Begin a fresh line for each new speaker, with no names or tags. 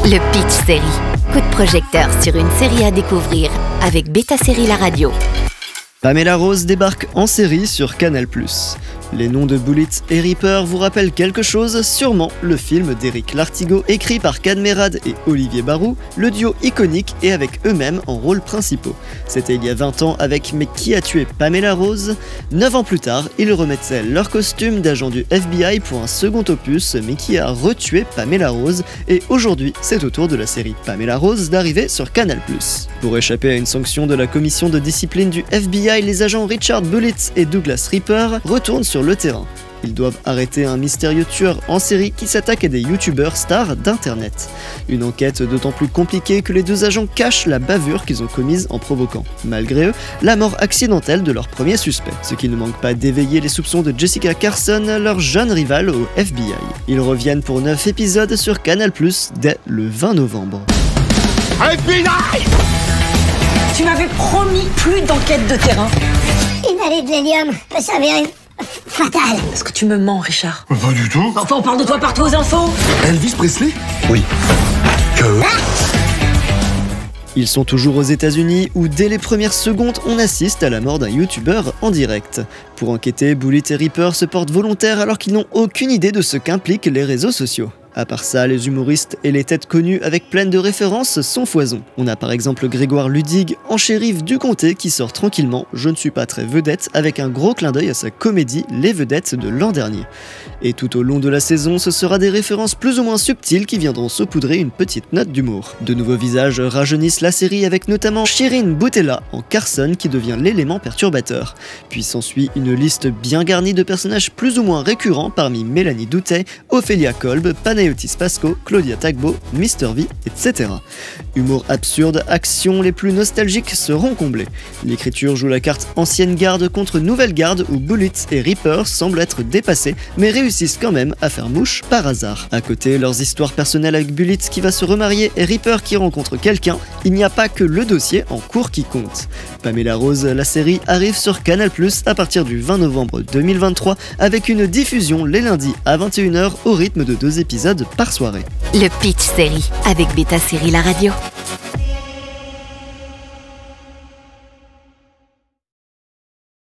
Le Pitch Série. Coup de projecteur sur une série à découvrir avec Beta Série La Radio.
Pamela Rose débarque en série sur Canal+. Les noms de Bullitt et Reaper vous rappellent quelque chose, sûrement le film d'Éric Lartigot écrit par Cadmerade et Olivier Barou, le duo iconique et avec eux-mêmes en rôles principaux. C'était il y a 20 ans avec Mais qui a tué Pamela Rose ? 9 ans plus tard, ils remettaient leur costume d'agent du FBI pour un second opus, mais qui a retué Pamela Rose, et aujourd'hui c'est au tour de la série Pamela Rose d'arriver sur Canal+. Pour échapper à une sanction de la commission de discipline du FBI, les agents Richard Bullitt et Douglas Reaper retournent sur le terrain. Ils doivent arrêter un mystérieux tueur en série qui s'attaque à des youtubeurs stars d'internet. Une enquête d'autant plus compliquée que les deux agents cachent la bavure qu'ils ont commise en provoquant, malgré eux, la mort accidentelle de leur premier suspect. Ce qui ne manque pas d'éveiller les soupçons de Jessica Carson, leur jeune rivale au FBI. Ils reviennent pour 9 épisodes sur Canal+, dès le 20 novembre.
FBI !
Tu m'avais promis plus d'enquête de terrain.
Inhaler de l'hélium peut s'avérer fatal.
Est-ce que tu me mens, Richard?
Pas du tout.
Enfin, on parle de toi partout aux infos.
Elvis Presley? Oui.
Ils sont toujours aux États-Unis où dès les premières secondes on assiste à la mort d'un youtubeur en direct. Pour enquêter, Bullitt et Reaper se portent volontaires alors qu'ils n'ont aucune idée de ce qu'impliquent les réseaux sociaux. À part ça, les humoristes et les têtes connues avec pleine de références sont foison. On a par exemple Grégoire Ludig en shérif du comté qui sort tranquillement « Je ne suis pas très vedette » avec un gros clin d'œil à sa comédie Les Vedettes de l'an dernier. Et tout au long de la saison, ce sera des références plus ou moins subtiles qui viendront saupoudrer une petite note d'humour. De nouveaux visages rajeunissent la série avec notamment Shirin Boutella en Carson qui devient l'élément perturbateur. Puis s'ensuit une liste bien garnie de personnages plus ou moins récurrents parmi Mélanie Doutet, Ophélia Kolb, Panayotis Pasco, Claudia Tagbo, Mr V, etc. Humour absurde, actions les plus nostalgiques seront comblées. L'écriture joue la carte ancienne garde contre nouvelle garde où Bullitt et Reaper semblent être dépassés mais réussissent quand même à faire mouche par hasard. À côté, leurs histoires personnelles avec Bullitt qui va se remarier et Reaper qui rencontre quelqu'un, il n'y a pas que le dossier en cours qui compte. Pamela Rose, la série, arrive sur Canal+ à partir du 20 novembre 2023 avec une diffusion les lundis à 21h au rythme de 2 épisodes par soirée.
Le Pitch Série avec Beta Série La Radio.